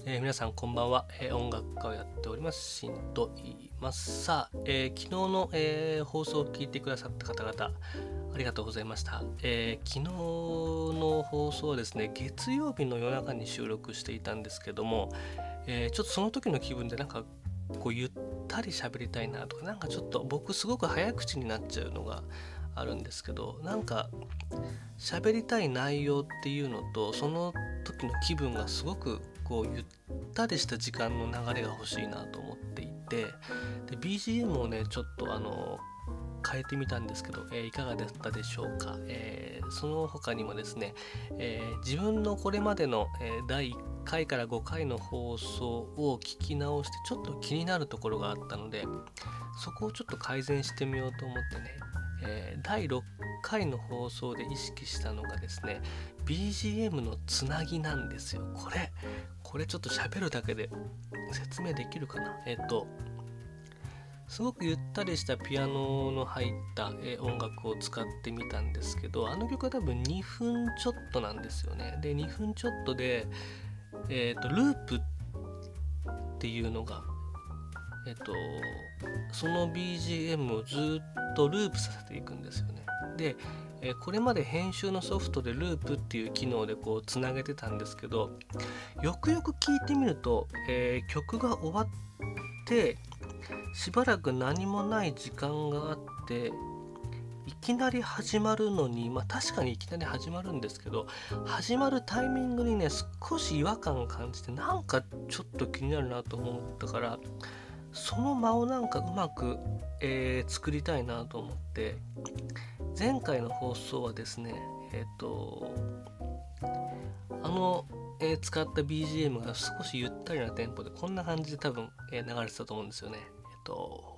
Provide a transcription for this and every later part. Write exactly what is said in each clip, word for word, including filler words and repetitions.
えー皆さんこんばんは、えー音楽家をやっておりますしんと言いますさあ、えー昨日の、えー放送を聞いてくださった方々ありがとうございました、えー昨日の放送はですね月曜日の夜中に収録していたんですけども、えーちょっとその時の気分でなんかこうゆったり喋りたいなとかなんかちょっと僕すごく早口になっちゃうのがあるんですけど、なんか喋りたい内容っていうのとその時の気分がすごくこうゆったりした時間の流れが欲しいなと思っていて、で ビージーエム をねちょっとあの変えてみたんですけど、えーいかがだったでしょうか。えーその他にもですね、えー自分のこれまでの、えーだいいっかいからごかいの放送を聞き直してちょっと気になるところがあったので、そこをちょっと改善してみようと思ってね、えーだいろっかいの放送で意識したのがですね ビージーエム のつなぎなんですよ。これこれちょっと喋るだけで説明できるかな。えっ、とすごくゆったりしたピアノの入った、えー音楽を使ってみたんですけど、あの曲は多分にふんちょっとなんですよね。でにふんちょっとで、えー、とループっていうのがえっとその ビージーエム をずっとループさせていくんですよね。で、えーこれまで編集のソフトでループっていう機能でこうつなげてたんですけど、よくよく聞いてみると、えー曲が終わってしばらく何もない時間があっていきなり始まるのに、まあ確かにいきなり始まるんですけど、始まるタイミングにね少し違和感を感じて、なんかちょっと気になるなと思ったから、その間をなんかうまく、えー作りたいなと思って、前回の放送はですねえっ、とあの、えー使った ビージーエム が少しゆったりなテンポでこんな感じで多分、えー流れてたと思うんですよね。えっ、と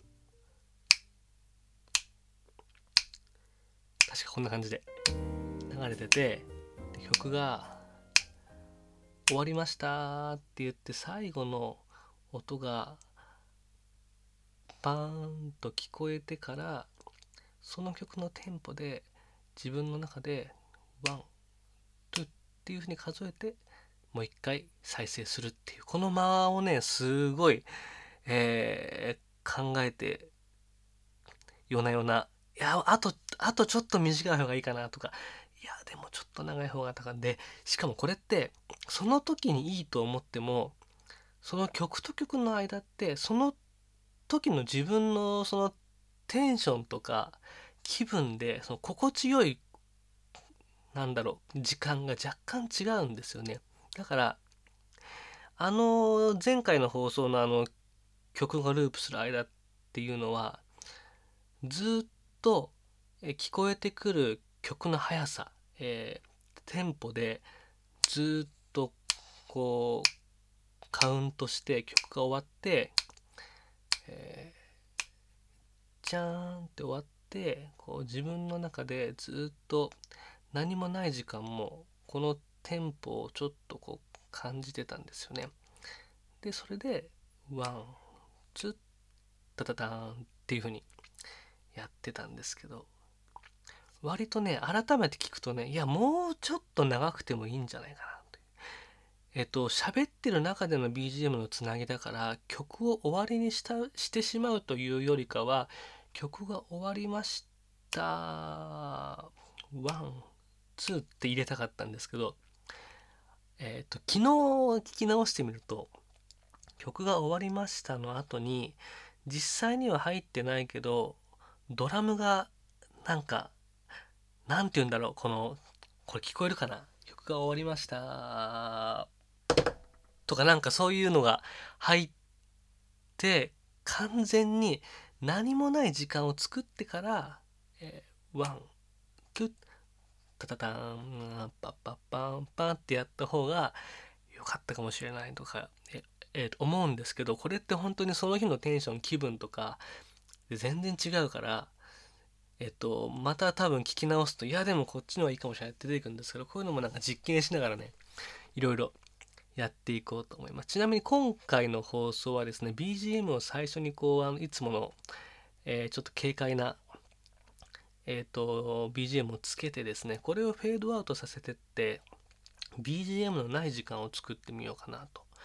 確かこんな感じで流れてて、で曲が終わりましたって言って最後の音がバーンと聞こえてから、その曲のテンポで自分の中でワン、ツーっていう風に数えてもう一回再生するっていうこの間をねすごい、えー考えて、夜な夜ないやあとあとちょっと短い方がいいかなとか、いやでもちょっと長い方が高いんで、しかもこれってその時にいいと思ってもその曲と曲の間ってその時の自分のそのテンションとか気分でその心地よいなんだろう時間が若干違うんですよね。だからあの前回の放送のあの曲がループする間っていうのはずっとえ聞こえてくる曲の速さ、えーテンポでずっとこうカウントして曲が終わって、えーじゃーんって終わってこう自分の中でずっと何もない時間もこのテンポをちょっとこう感じてたんですよね。でそれでワンツータタターンっていう風にやってたんですけど、割とね改めて聞くとね、いやもうちょっと長くてもいいんじゃないかなという。えっと喋ってる中での ビージーエム のつなぎだから曲を終わりにしたしてしまうというよりかは、曲が終わりましたワンツーって入れたかったんですけど、えっと昨日聞き直してみると曲が終わりましたの後に実際には入ってないけどドラムがなんかなんて言うんだろう、このこれ聞こえるかな、曲が終わりましたとかなんかそういうのが入って完全に何もない時間を作ってから、えーワンツータタタンパッパッパンパンってやった方が良かったかもしれないとか、ええー思うんですけど、これって本当にその日のテンション気分とかで全然違うから、えっとまた多分聞き直すといやでもこっちの方がいいかもしれないって出てくるんですけど、こういうのもなんか実験しながらねいろいろやっていこうと思います。ちなみに今回の放送はですね ビージーエム を最初にこうあのいつもの、えーちょっと軽快なえっと ビージーエム をつけてですね、これをフェードアウトさせてって ビージーエム のない時間を作ってみようかなと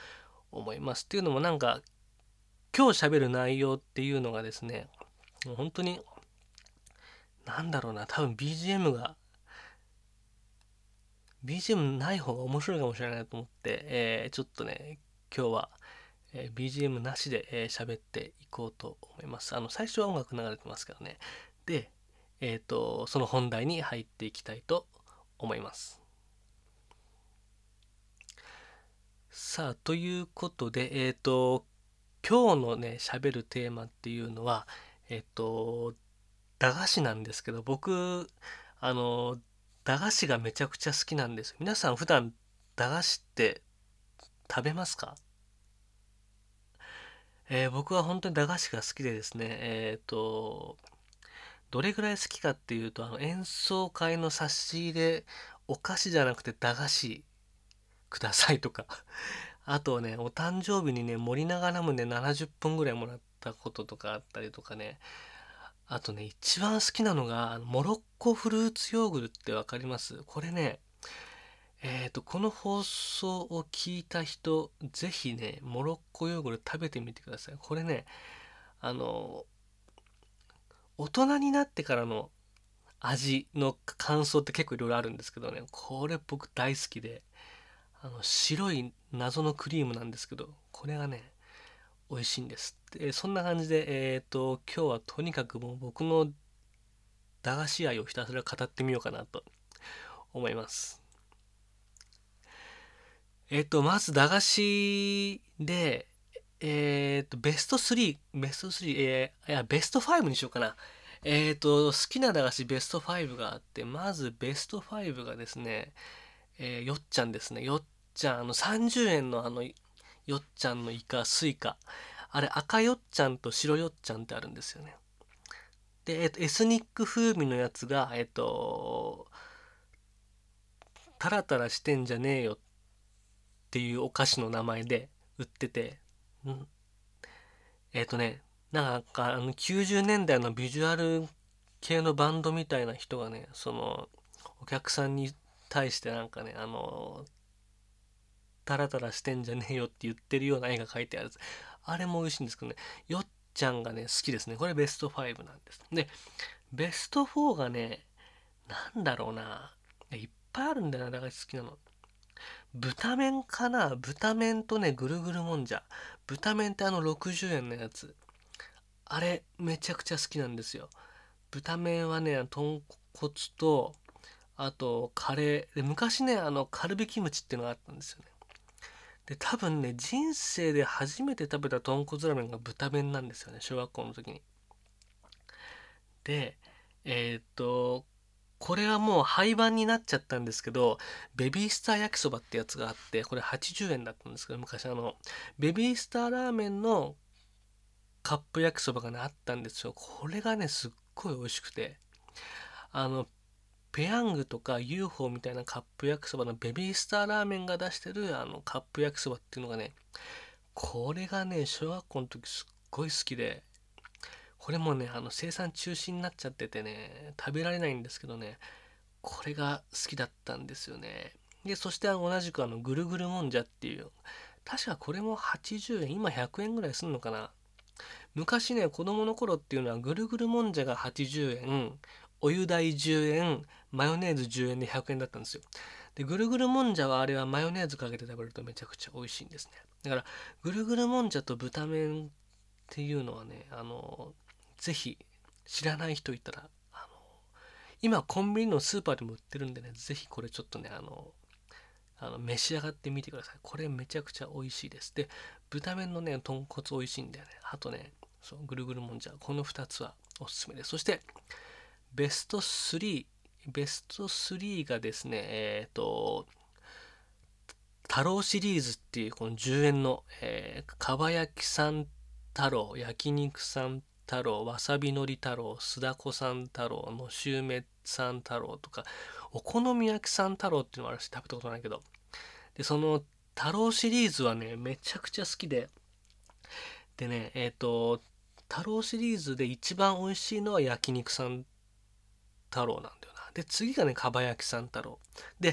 思います。っていうのもなんか今日喋る内容っていうのがですね、もう本当になんだろうな、多分 ビージーエム が ビージーエム ない方が面白いかもしれないと思って、えーちょっとね今日は、えー ビージーエム なしでえー喋っていこうと思います。あの最初は音楽流れてますけどね。で、えっとその本題に入っていきたいと思います。さあ、ということで、えっと今日のね喋るテーマっていうのは、えっと駄菓子なんですけど、僕あの駄菓子がめちゃくちゃ好きなんです。皆さん普段駄菓子って食べますか？えー僕は本当に駄菓子が好きでですね、えっとどれぐらい好きかっていうと、あの演奏会の差し入れ、お菓子じゃなくて駄菓子くださいとか、あとね、お誕生日にね、森永ラムネななじゅっぽんぐらいもらったこととかあったりとかね、あとね、一番好きなのが、あのモロッコフルーツヨーグルってわかります？これね、えっと、この放送を聞いた人、ぜひね、モロッコヨーグル食べてみてください。これね、あの、大人になってからの味の感想って結構いろいろあるんですけどね、これ僕大好きで、あの、白い謎のクリームなんですけど、これがね、美味しいんです。で、そんな感じで、えっと、今日はとにかくもう僕の駄菓子愛をひたすら語ってみようかなと思います。えっと、まず駄菓子で、えっと、ベストスリー、ベストスリー、えーいや、ベストファイブにしようかな。えっと、好きな駄菓子ベストファイブがあって、まずベストファイブがですね、えーよっちゃんですね。よっちゃん、あの、さんじゅうえんのあの、よっちゃんのイカ、スイカ。あれ、赤よっちゃんと白よっちゃんってあるんですよね。で、えっと、エスニック風味のやつが、えっと、タラタラしてんじゃねえよっていうお菓子の名前で売ってて、んえっとね、なんかあのきゅうじゅうねんだいのビジュアル系のバンドみたいな人がね、そのお客さんに対してなんかね、あの、タラタラしてんじゃねえよって言ってるような絵が描いてあるやつ。あれも美味しいんですけどね、よっちゃんがね、好きですね。これベストファイブなんです。で、ベストフォーがね、なんだろうな。いっぱいあるんだよな、だから好きなの。豚麺かな。豚麺とね、ぐるぐるもんじゃ。豚麺ってあのろくじゅうえんのやつ。あれ、めちゃくちゃ好きなんですよ。豚麺はね、豚骨と、あと、カレー。で、昔ね、あの、カルビキムチっていうのがあったんですよね。で、多分ね、人生で初めて食べた豚骨ラーメンが豚麺なんですよね、小学校の時に。で、えーっと、これはもう廃盤になっちゃったんですけど、ベビースター焼きそばってやつがあって、これはちじゅうえんだったんですけど、昔あの、ベビースターラーメンのカップ焼きそばがね、あったんですよ。これがね、すっごい美味しくて、あの、ペヤングとか ユーフォー みたいなカップ焼きそばのベビースターラーメンが出してるあのカップ焼きそばっていうのがね、これがね、小学校の時すっごい好きで、これもね、あの生産中止になっちゃっててね、食べられないんですけどね、これが好きだったんですよね。で、そしてあの同じくあのぐるぐるもんじゃっていう、確かこれもはちじゅうえん、今ひゃくえんぐらいすんのかな。昔ね、子供の頃っていうのはぐるぐるもんじゃがはちじゅうえん、お湯代じゅうえん、マヨネーズじゅうえんでひゃくえんだったんですよ。で、ぐるぐるもんじゃはあれはマヨネーズかけて食べるとめちゃくちゃ美味しいんですね。だから、ぐるぐるもんじゃと豚麺っていうのはね、あの、ぜひ知らない人いたら、あの、今コンビニのスーパーでも売ってるんでね、ぜひこれちょっとね、あの、あの召し上がってみてください。これめちゃくちゃ美味しいです。で、豚麺のね、豚骨美味しいんだよね。あとね、そう、ぐるぐるもんじゃ。このふたつはおすすめです。そして、ベストスリー。ベストスリーがですね、えっと、太郎シリーズっていうこのじゅうえんの、えー、かば焼きさん太郎、焼肉さん太郎、わさびのり太郎、酢だこさん太郎、のし梅さん太郎とか、お好み焼きさん太郎っていうのもあるし、食べたことないけど。で、その太郎シリーズはね、めちゃくちゃ好きで、でね、えっと、太郎シリーズで一番美味しいのは焼肉さん太郎なんだよな。で、次がね、かば焼きさん太郎。で、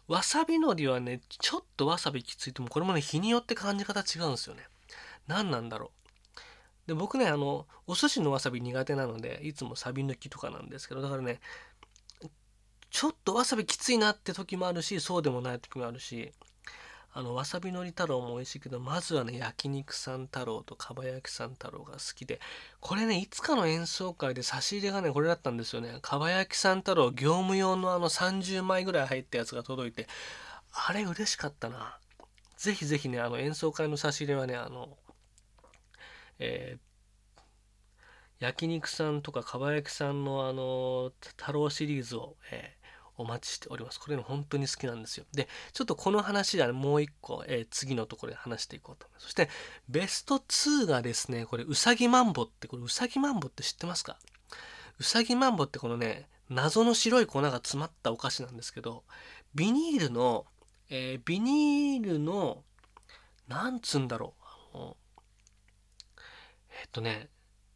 わさび海苔はね、ちょっとわさびきついとも、これもね、日によって感じ方違うんですよね。何なんだろう。で、僕ね、あの、お寿司のわさび苦手なので、いつもサビ抜きとかなんですけど、だからね、ちょっとわさびきついなって時もあるし、そうでもない時もあるし、あの、わさび海苔太郎も美味しいけど、まずはね、焼肉さん太郎とかば焼きさん太郎が好きで、これね、いつかの演奏会で差し入れがね、これだったんですよね。かば焼きさん太郎業務用のあのさんじゅうまいぐらい入ったやつが届いて、あれ嬉しかったな。ぜひぜひね、あの演奏会の差し入れはね、あの、えー焼肉さんとかかば焼きさんのあの、太郎シリーズを、えーお待ちしております。これね、本当に好きなんですよ。で、ちょっとこの話はね、もう一個、えー次のところで話していこうと思います。そして、ベストツーがですね、これ、うさぎマンボって、これ、うさぎマンボって知ってますか？うさぎマンボってこのね、謎の白い粉が詰まったお菓子なんですけど、ビニールの、えービニールの、なんつうんだろう。あのえっとね、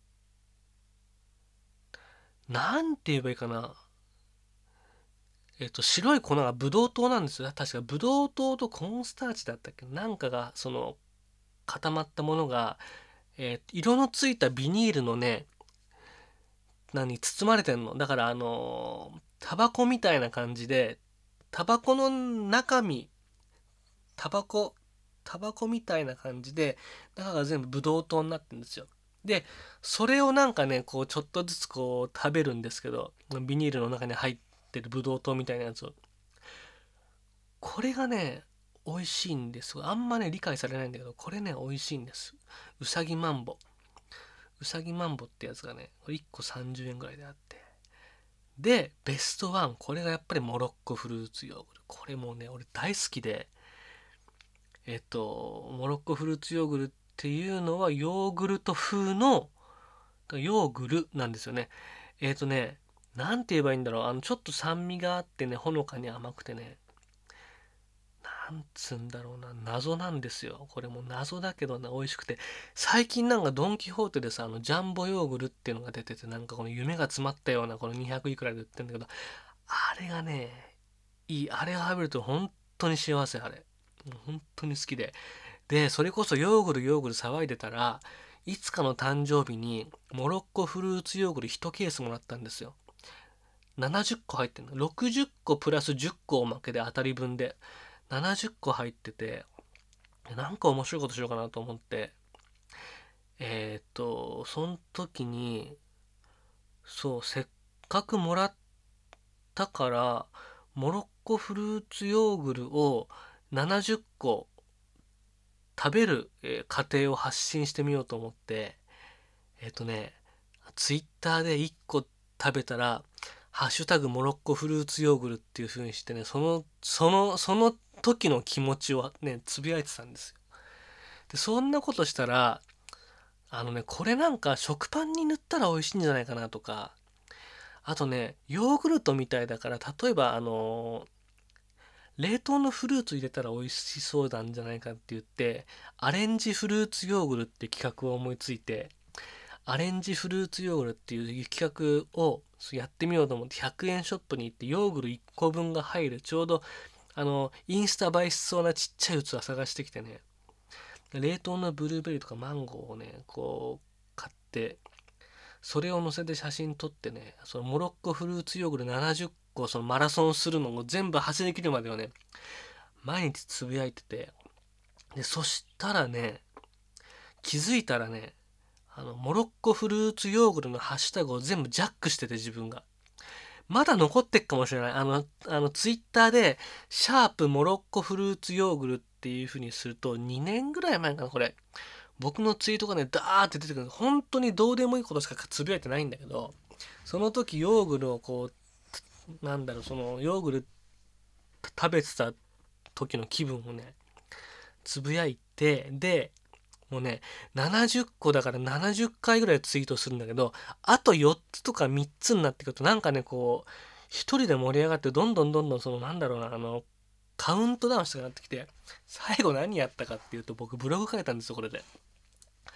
なんて言えばいいかな。えっと、白い粉がブドウ糖なんですよ。確かブドウ糖とコーンスターチだったっけなんかが、その、固まったものが、えー色のついたビニールのね、何、包まれてんの。だから、あのータバコみたいな感じで、タバコの中身、タバコ、タバコみたいな感じで、中が全部ブドウ糖になってるんですよ。で、それをなんかね、こう、ちょっとずつこう、食べるんですけど、ビニールの中に入ってるブドウ糖みたいなやつを。これがね、美味しいんです。あんまね、理解されないんだけど、これね、美味しいんです。うさぎマンボ。うさぎマンボってやつがね、これいっこさんじゅうえんぐらいであって。で、ベストワン。これがやっぱりモロッコフルーツヨーグル。これもうね、俺大好きで、えっと、モロッコフルーツヨーグルっていうのはヨーグルト風のヨーグルなんですよね。えっとね、なんて言えばいいんだろう。あの、ちょっと酸味があってね、ほのかに甘くてね、なんつうんだろうな、謎なんですよ。これも謎だけどな、美味しくて。最近なんかドン・キホーテでさ、あの、ジャンボヨーグルっていうのが出てて、なんかこの夢が詰まったような、このにひゃくいくらで売ってんだけど、あれがね、いい。あれを食べると本当に幸せ、あれ。もう本当に好きで。で、それこそヨーグルヨーグル騒いでたら、いつかの誕生日にモロッコフルーツヨーグルいちケースもらったんですよ。ななじゅっこ入ってんの。ろくじゅっこプラスじゅっこおまけで当たり分でななじゅっこ入ってて、なんか面白いことしようかなと思って、えーっと、その時に、そう、せっかくもらったから、モロッコフルーツヨーグルをななじゅっこ食べる、えー過程を発信してみようと思って、えっとね、ツイッターでいっこ食べたら、ハッシュタグモロッコフルーツヨーグルっていう風にしてね、その、その、その時の気持ちをね、つぶやいてたんですよ。で、そんなことしたら、あのね、これなんか食パンに塗ったら美味しいんじゃないかなとか、あとね、ヨーグルトみたいだから、例えばあの冷凍のフルーツ入れたら美味しそうなんじゃないかって言って、アレンジフルーツヨーグルって企画を思いついて、アレンジフルーツヨーグルっていう企画をやってみようと思ってひゃくえんショップに行ってヨーグルいっこぶんが入るちょうどあのインスタ映えしそうなちっちゃい器探してきてね、冷凍のブルーベリーとかマンゴーをねこう買って、それを載せて写真撮ってね、そのモロッコフルーツヨーグルななじゅっこそのマラソンするのを全部走り切るまでをね毎日つぶやいてて、でそしたらね、気づいたらね、あの、モロッコフルーツヨーグルのハッシュタグを全部ジャックしてて自分が。まだ残ってっかもしれない。あの、あの、ツイッターで、シャープモロッコフルーツヨーグルっていう風にすると、にねんぐらい前かな、これ。僕のツイートがね、ダーって出てくる。本当にどうでもいいことしかつぶやいてないんだけど、その時ヨーグルをこう、なんだろう、そのヨーグル食べてた時の気分をね、つぶやいて、で、もうね、ななじゅっこだからななじゅっかいぐらいツイートするんだけど、あとよっつとかみっつになってくると、なんかね、こう、一人で盛り上がって、どんどんどんどん、その、なんだろうな、あの、カウントダウンしたくなってきて、最後何やったかっていうと、僕ブログ書いたんですよ、これで。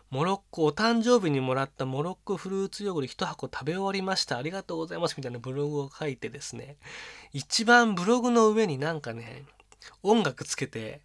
モロッコ、お誕生日にもらったモロッコフルーツヨーグル一箱食べ終わりました。ありがとうございます。みたいなブログを書いてですね、一番ブログの上になんかね、音楽つけて、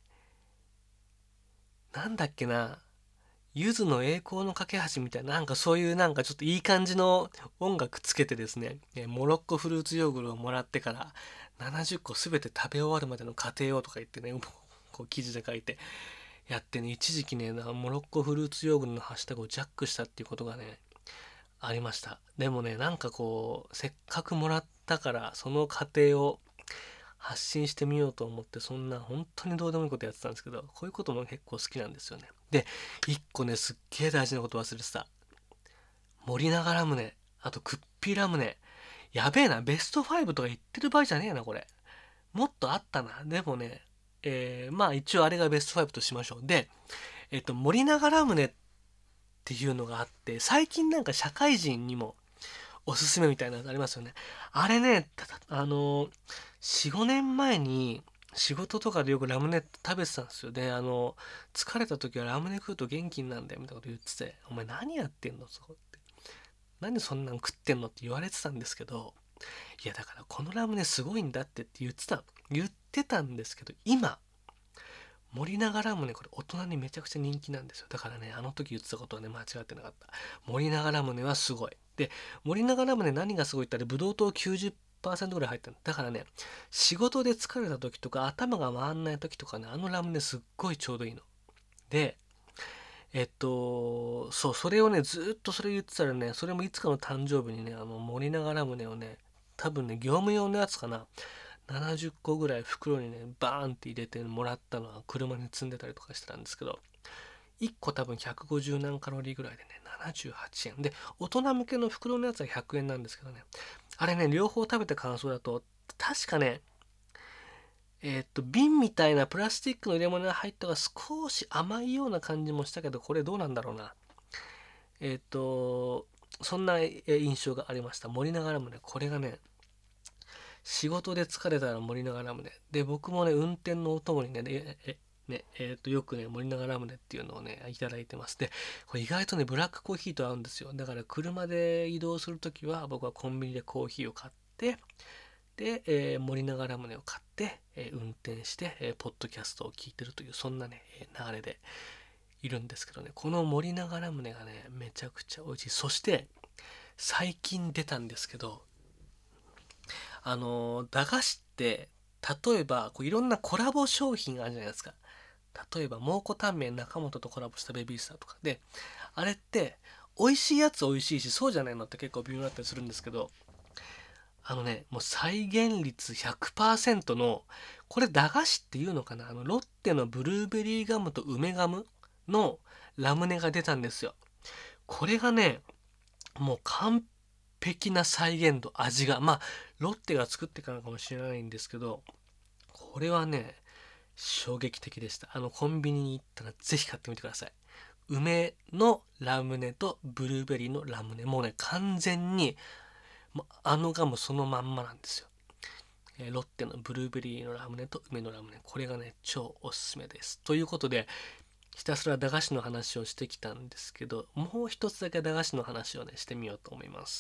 なんだっけな、ゆずの栄光の架け橋みたいな、なんかそういうなんかちょっといい感じの音楽つけてですね、モロッコフルーツヨーグルをもらってからななじゅっこすべて食べ終わるまでの過程をとか言ってね、こう記事で書いてやってね、一時期ね、モロッコフルーツヨーグルのハッシュタグをジャックしたっていうことがね、ありました。でもね、なんかこう、せっかくもらったからその過程を発信してみようと思って、そんな本当にどうでもいいことやってたんですけど、こういうことも結構好きなんですよね。で、一個ね、すっげえ大事なこと忘れてた。森永ラムネ、あとクッピーラムネ。やべえな、ベストファイブとか言ってる場合じゃねえな、これ。もっとあったな。でもね、えー、まあ一応あれがベストファイブとしましょう。で、えっと、森永ラムネっていうのがあって、最近なんか社会人にもおすすめみたいなのありますよね。あれね、たたあの、よん、ごねんまえに仕事とかでよくラムネ食べてたんですよ。で、あの、疲れた時はラムネ食うと元気になるんだよみたいなこと言ってて、お前何やってんのそこって。何でそんなん食ってんのって言われてたんですけど、いやだからこのラムネすごいんだってって言ってた、言ってたんですけど、今、森永ラムネこれ大人にめちゃくちゃ人気なんですよ。だからね、あの時言ってたことはね、間違ってなかった。森永ラムネはすごい。で、森永ラムネ何がすごいって言ったら、ブドウ糖きゅうじゅっパーセントぐらい入ってる。だからね、仕事で疲れた時とか頭が回んない時とかね、あのラムネすっごいちょうどいいの。で、えっと、そう、それをね、ずっとそれ言ってたらね、それもいつかの誕生日にね、あの、森永ラムネをね、多分ね、業務用のやつかな。ななじゅっこぐらい袋にね、バーンって入れてもらったのは車に積んでたりとかしてたんですけど、いっこ多分ひゃくごじゅう何カロリーぐらいでね、ななじゅうはちえん。で、大人向けの袋のやつはひゃくえんなんですけどね、あれね、両方食べた感想だと、確かね、えーっと、瓶みたいなプラスチックの入れ物が入ったが少し甘いような感じもしたけど、これどうなんだろうな。えーっと、そんな印象がありました。森永ラムネ。これがね、仕事で疲れたら森永ラムネ。で、僕もね、運転のお供にね、え、え、ね、えっと、よくね、森永ラムネっていうのをね、いただいてます。で、これ意外とね、ブラックコーヒーと合うんですよ。だから車で移動するときは、僕はコンビニでコーヒーを買って、で、えー森永ラムネを買って、えー運転して、えーポッドキャストを聞いてるという、そんなね、流れでいるんですけどね、この森永ラムネがね、めちゃくちゃ美味しい。そして、最近出たんですけど、あのー駄菓子って、例えば、こういろんなコラボ商品あるじゃないですか。例えば、蒙古タンメン中本とコラボしたベビースターとかで、あれって、美味しいやつ美味しいし、そうじゃないのって結構微妙だったりするんですけど、あのね、もう再現率ひゃくパーセントの、これ駄菓子っていうのかな、あの、ロッテのブルーベリーガムと梅ガムのラムネが出たんですよ。これがね、もう完璧な再現度、味が。まあ、ロッテが作ってからかもしれないんですけど、これはね、衝撃的でした。あの、コンビニに行ったらぜひ買ってみてください。梅のラムネとブルーベリーのラムネ。もうね、完全に、あのガムそのまんまなんですよ。えロッテのブルーベリーのラムネと梅のラムネ。これがね、超おすすめです。ということで、ひたすら駄菓子の話をしてきたんですけど、もう一つだけ駄菓子の話をね、してみようと思います。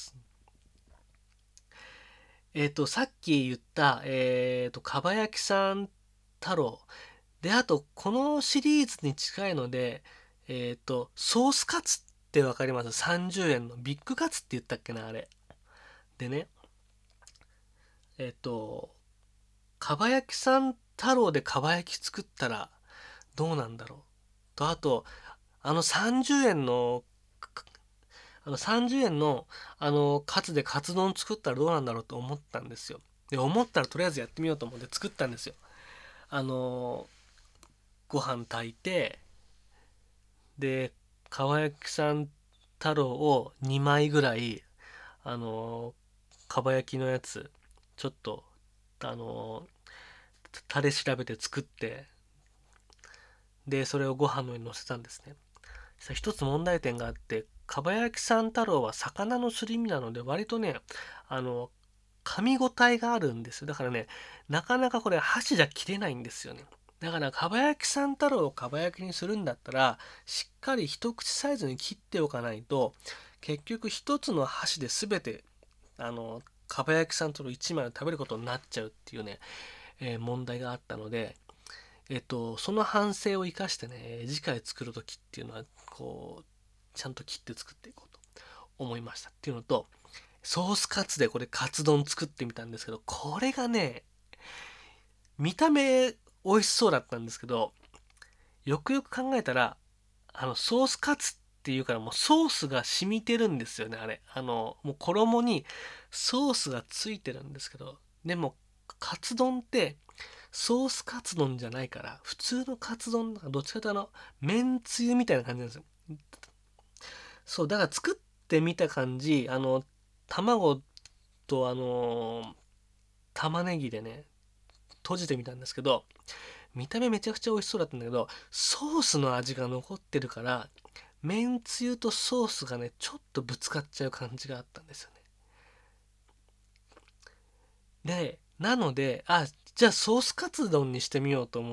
えっと、さっき言った、えっと、かば焼きさん太郎。で、あと、このシリーズに近いので、えっと、ソースカツってわかります？ さんじゅう 円のビッグカツって言ったっけな、あれ。でね、えっと、かば焼きさん太郎でかば焼き作ったらどうなんだろうと、あと、あのさんじゅうえんの、あのさんじゅうえんのあのカツでカツ丼作ったらどうなんだろうと思ったんですよ。で、思ったらとりあえずやってみようと思って作ったんですよ。あの、ご飯炊いて、で、かば焼きさん太郎をにまいぐらい、あの、かば焼きのやつ、ちょっと、あの、タレ調べて作って、で、それをご飯の上に乗せたんですね。さあ一つ問題点があって、かば焼きさん太郎は魚のすり身なので、割とね、あの、噛み応えがあるんですよ。だからね、なかなかこれ箸じゃ切れないんですよね。 だからかば焼き三太郎をかば焼きにするんだったらしっかり一口サイズに切っておかないと結局一つの箸で全てあのかば焼き三太郎いちまいを食べることになっちゃうっていうね、えー問題があったので、えっとその反省を生かしてね次回作る時っていうのはこうちゃんと切って作っていこうと思いましたっていうのと、ソースカツでこれカツ丼作ってみたんですけど、これがね見た目美味しそうだったんですけど、よくよく考えたらあのソースカツっていうからもうソースが染みてるんですよね。あれあのもう衣にソースがついてるんですけど、でもカツ丼ってソースカツ丼じゃないから普通のカツ丼、どっちかというとあのめんつゆみたいな感じなんですよ。そうだから作ってみた感じ、あの卵とあの玉ねぎでね閉じてみたんですけど、見た目めちゃくちゃ美味しそうだったんだけどソースの味が残ってるからめんつゆとソースがねちょっとぶつかっちゃう感じがあったんですよね。でなのであじゃあソースカツ丼にしてみようと思って、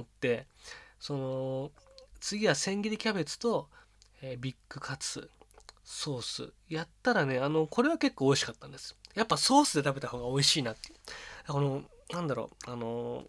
その次は千切りキャベツと、えービッグカツソースやったらね、あのこれは結構美味しかったんです。やっぱソースで食べた方が美味しいなっていう、このなんだろうあの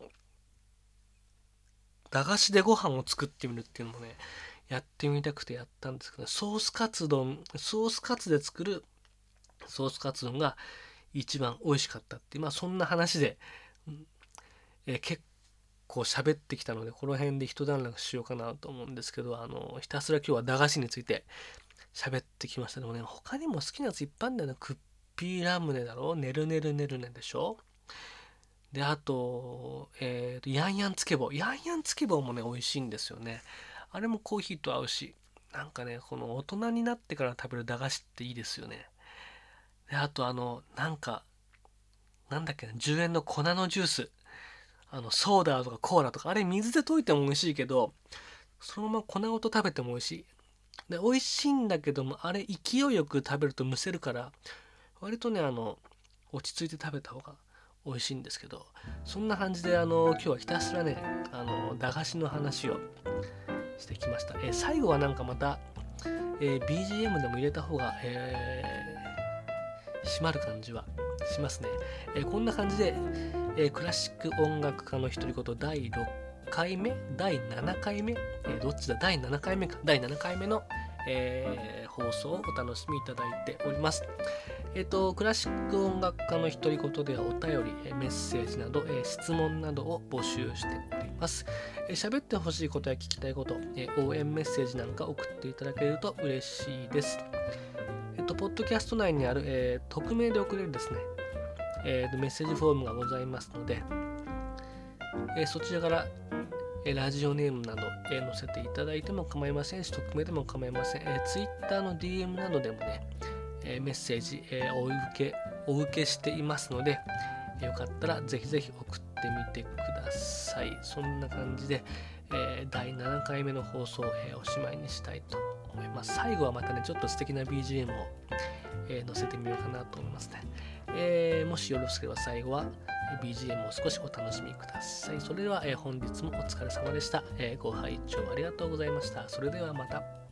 駄菓子でご飯を作ってみるっていうのもねやってみたくてやったんですけど、ソースカツ丼ソースカツで作るソースカツ丼が一番美味しかったっていう、まあそんな話で、うんえー結構喋ってきたのでこの辺で一段落しようかなと思うんですけど、あのひたすら今日は駄菓子について喋ってきました。でもね他にも好きなやついっぱいあるんだよね。クッピーラムネだろ、ねるねるねるねでしょ。であと、えーとヤンヤンつけ棒ヤンヤンつけ棒もね美味しいんですよね。あれもコーヒーと合うし、なんかねこの大人になってから食べる駄菓子っていいですよね。であとあのなんかなんだっけな、じゅうえんの粉のジュース、あのソーダとかコーラとかあれ水で溶いても美味しいけどそのまま粉ごと食べても美味しい。で美味しいんだけどもあれ勢いよく食べるとむせるから割とねあの落ち着いて食べた方が美味しいんですけど、そんな感じであの今日はひたすらねあの駄菓子の話をしてきました。えー最後はなんかまた、えー ビージーエム でも入れた方が、えー締まる感じはしますね。えーこんな感じで、えークラシック音楽家の独り言だいろっかいめだいななかいめ、えーどっちだだいななかいめかだいななかいめの、えー放送をお楽しみいただいております。えっ、とクラシック音楽家の独り言ではお便り、えーメッセージなど、えー質問などを募集しております。えー喋ってほしいことや聞きたいこと、えー応援メッセージなんか送っていただけると嬉しいです。えっ、とポッドキャスト内にある、えー匿名で送れるですね、えーメッセージフォームがございますので、えーそちらからえーラジオネームなど、えー載せていただいても構いませんし、匿名でも構いません。えー、Twitter の ディーエム などでもね、えーメッセージ、えーお受け、お受けしていますので、えーよかったらぜひぜひ送ってみてください。そんな感じで、えーだいななかいめの放送を、えーおしまいにしたいと思います。最後はまたね、ちょっと素敵な ビージーエム を、えー載せてみようかなと思いますね。えーもしよろしければ最後は ビージーエム を少しお楽しみください。それでは、えー本日もお疲れ様でした、えーご拝聴ありがとうございました。それではまた。